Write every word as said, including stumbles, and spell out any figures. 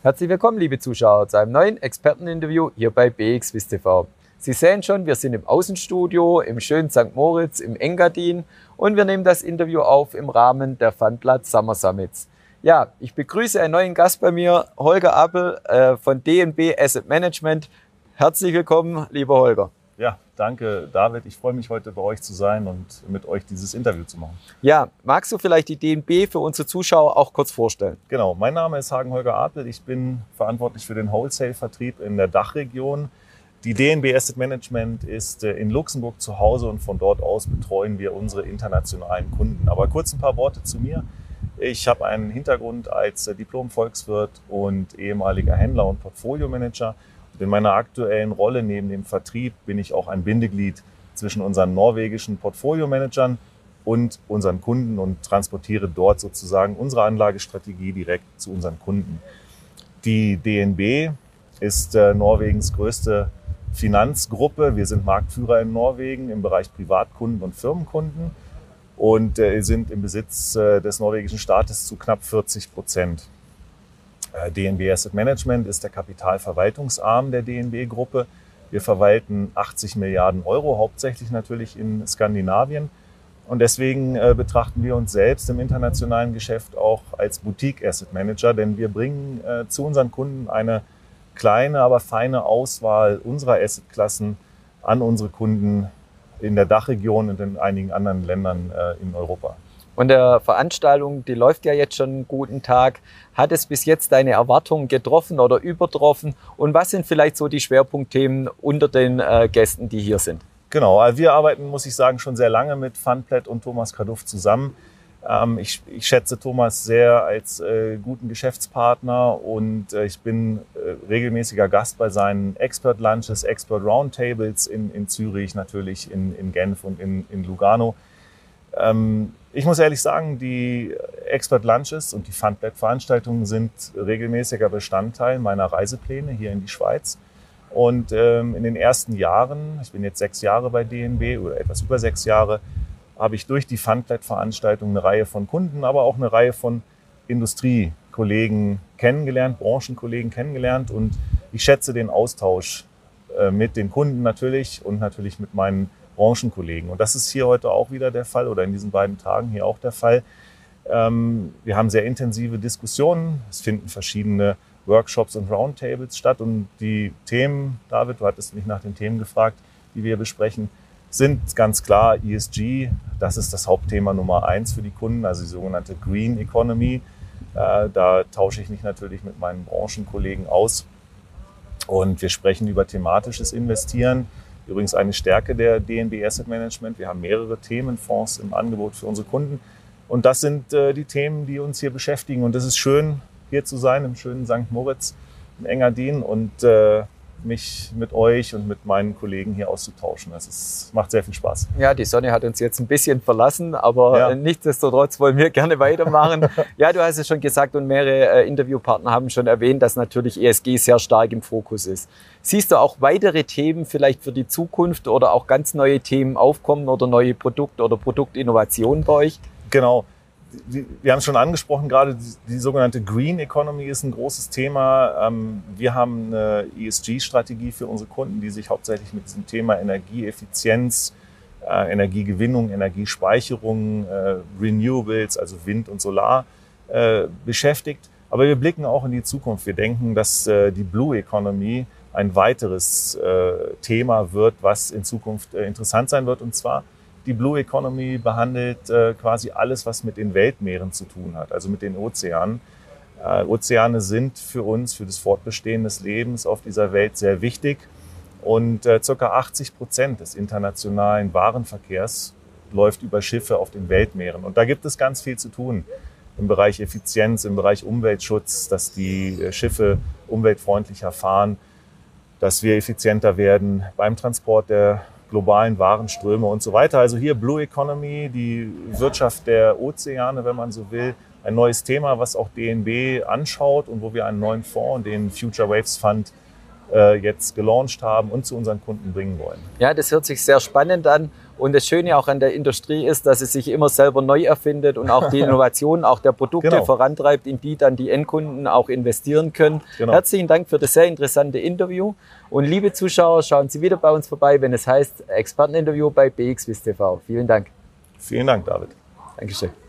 Herzlich willkommen, liebe Zuschauer, zu einem neuen Experteninterview hier bei B X Wiss T V. Sie sehen schon, wir sind im Außenstudio im schönen Sankt Moritz im Engadin und wir nehmen das Interview auf im Rahmen der Fundblatt Summer Summits. Ja, ich begrüße einen neuen Gast bei mir, Holger Appel äh, von D N B Asset Management. Herzlich willkommen, lieber Holger. Ja, danke David. Ich freue mich, heute bei euch zu sein und mit euch dieses Interview zu machen. Ja, magst du vielleicht die D N B für unsere Zuschauer auch kurz vorstellen? Genau, mein Name ist Hagen-Holger Apel. Ich bin verantwortlich für den Wholesale-Vertrieb in der Dachregion. Die D N B Asset Management ist in Luxemburg zu Hause und von dort aus betreuen wir unsere internationalen Kunden. Aber kurz ein paar Worte zu mir. Ich habe einen Hintergrund als Diplom-Volkswirt und ehemaliger Händler und Portfolio-Manager. In meiner aktuellen Rolle neben dem Vertrieb bin ich auch ein Bindeglied zwischen unseren norwegischen Portfolio-Managern und unseren Kunden und transportiere dort sozusagen unsere Anlagestrategie direkt zu unseren Kunden. Die D N B ist äh, Norwegens größte Finanzgruppe. Wir sind Marktführer in Norwegen im Bereich Privatkunden und Firmenkunden und äh, sind im Besitz äh, des norwegischen Staates zu knapp vierzig Prozent. D N B Asset Management ist der Kapitalverwaltungsarm der D N B-Gruppe. Wir verwalten achtzig Milliarden Euro, hauptsächlich natürlich in Skandinavien. Und deswegen äh, betrachten wir uns selbst im internationalen Geschäft auch als Boutique Asset Manager, denn wir bringen äh, zu unseren Kunden eine kleine, aber feine Auswahl unserer Assetklassen an unsere Kunden in der Dachregion und in einigen anderen Ländern äh, in Europa. Und der Veranstaltung, die läuft ja jetzt schon einen guten Tag. Hat es bis jetzt deine Erwartungen getroffen oder übertroffen? Und was sind vielleicht so die Schwerpunktthemen unter den äh, Gästen, die hier sind? Genau, also wir arbeiten, muss ich sagen, schon sehr lange mit Fundblatt und Thomas Kaduff zusammen. Ähm, ich, ich schätze Thomas sehr als äh, guten Geschäftspartner und äh, ich bin äh, regelmäßiger Gast bei seinen Expert Lunches, Expert Roundtables in, in Zürich, natürlich in, in Genf und in, in Lugano. Ähm, Ich muss ehrlich sagen, die Expert Lunches und die Fundblatt-Veranstaltungen sind regelmäßiger Bestandteil meiner Reisepläne hier in die Schweiz. Und ähm, in den ersten Jahren, ich bin jetzt sechs Jahre bei D N B oder etwas über sechs Jahre, habe ich durch die Fundblatt-Veranstaltungen eine Reihe von Kunden, aber auch eine Reihe von Industriekollegen kennengelernt, Branchenkollegen kennengelernt. Und ich schätze den Austausch äh, mit den Kunden natürlich und natürlich mit meinen Branchenkollegen. Und das ist hier heute auch wieder der Fall oder in diesen beiden Tagen hier auch der Fall. Ähm, wir haben sehr intensive Diskussionen. Es finden verschiedene Workshops und Roundtables statt. Und die Themen, David, du hattest mich nach den Themen gefragt, die wir besprechen, sind ganz klar E S G. Das ist das Hauptthema Nummer eins für die Kunden, also die sogenannte Green Economy. Äh, da tausche ich mich natürlich mit meinen Branchenkollegen aus. Und wir sprechen über thematisches Investieren. Übrigens eine Stärke der D N B Asset Management. Wir haben mehrere Themenfonds im Angebot für unsere Kunden. Und das sind äh, die Themen, die uns hier beschäftigen. Und es ist schön, hier zu sein im schönen Sankt Moritz, im Engadin und äh, mich mit euch und mit meinen Kollegen hier auszutauschen. Das ist, macht sehr viel Spaß. Ja, die Sonne hat uns jetzt ein bisschen verlassen, aber ja. nichtsdestotrotz wollen wir gerne weitermachen. Ja, du hast es schon gesagt und mehrere äh, Interviewpartner haben schon erwähnt, dass natürlich E S G sehr stark im Fokus ist. Siehst du auch weitere Themen vielleicht für die Zukunft oder auch ganz neue Themen aufkommen oder neue Produkte oder Produktinnovationen bei euch? Genau. Wir haben es schon angesprochen, gerade die, die sogenannte Green Economy ist ein großes Thema. Wir haben eine E S G-Strategie für unsere Kunden, die sich hauptsächlich mit diesem Thema Energieeffizienz, Energiegewinnung, Energiespeicherung, Renewables, also Wind und Solar beschäftigt. Aber wir blicken auch in die Zukunft. Wir denken, dass die Blue Economy ein weiteres Thema wird, was in Zukunft interessant sein wird, und zwar die Blue Economy behandelt äh, quasi alles, was mit den Weltmeeren zu tun hat, also mit den Ozeanen. Äh, Ozeane sind für uns, für das Fortbestehen des Lebens auf dieser Welt sehr wichtig. Und äh, ca. achtzig Prozent des internationalen Warenverkehrs läuft über Schiffe auf den Weltmeeren. Und da gibt es ganz viel zu tun im Bereich Effizienz, im Bereich Umweltschutz, dass die äh, Schiffe umweltfreundlicher fahren, dass wir effizienter werden beim Transport der globalen Warenströme und so weiter. Also hier Blue Economy, die Wirtschaft der Ozeane, wenn man so will. Ein neues Thema, was auch D N B anschaut und wo wir einen neuen Fonds, den Future Waves Fund, äh, jetzt gelauncht haben und zu unseren Kunden bringen wollen. Ja, das hört sich sehr spannend an. Und das Schöne auch an der Industrie ist, dass es sich immer selber neu erfindet und auch die Innovationen auch der Produkte Genau. vorantreibt, in die dann die Endkunden auch investieren können. Genau. Herzlichen Dank für das sehr interessante Interview. Und liebe Zuschauer, schauen Sie wieder bei uns vorbei, wenn es heißt Experteninterview bei B X W I S T V. Vielen Dank. Vielen Dank, David. Dankeschön.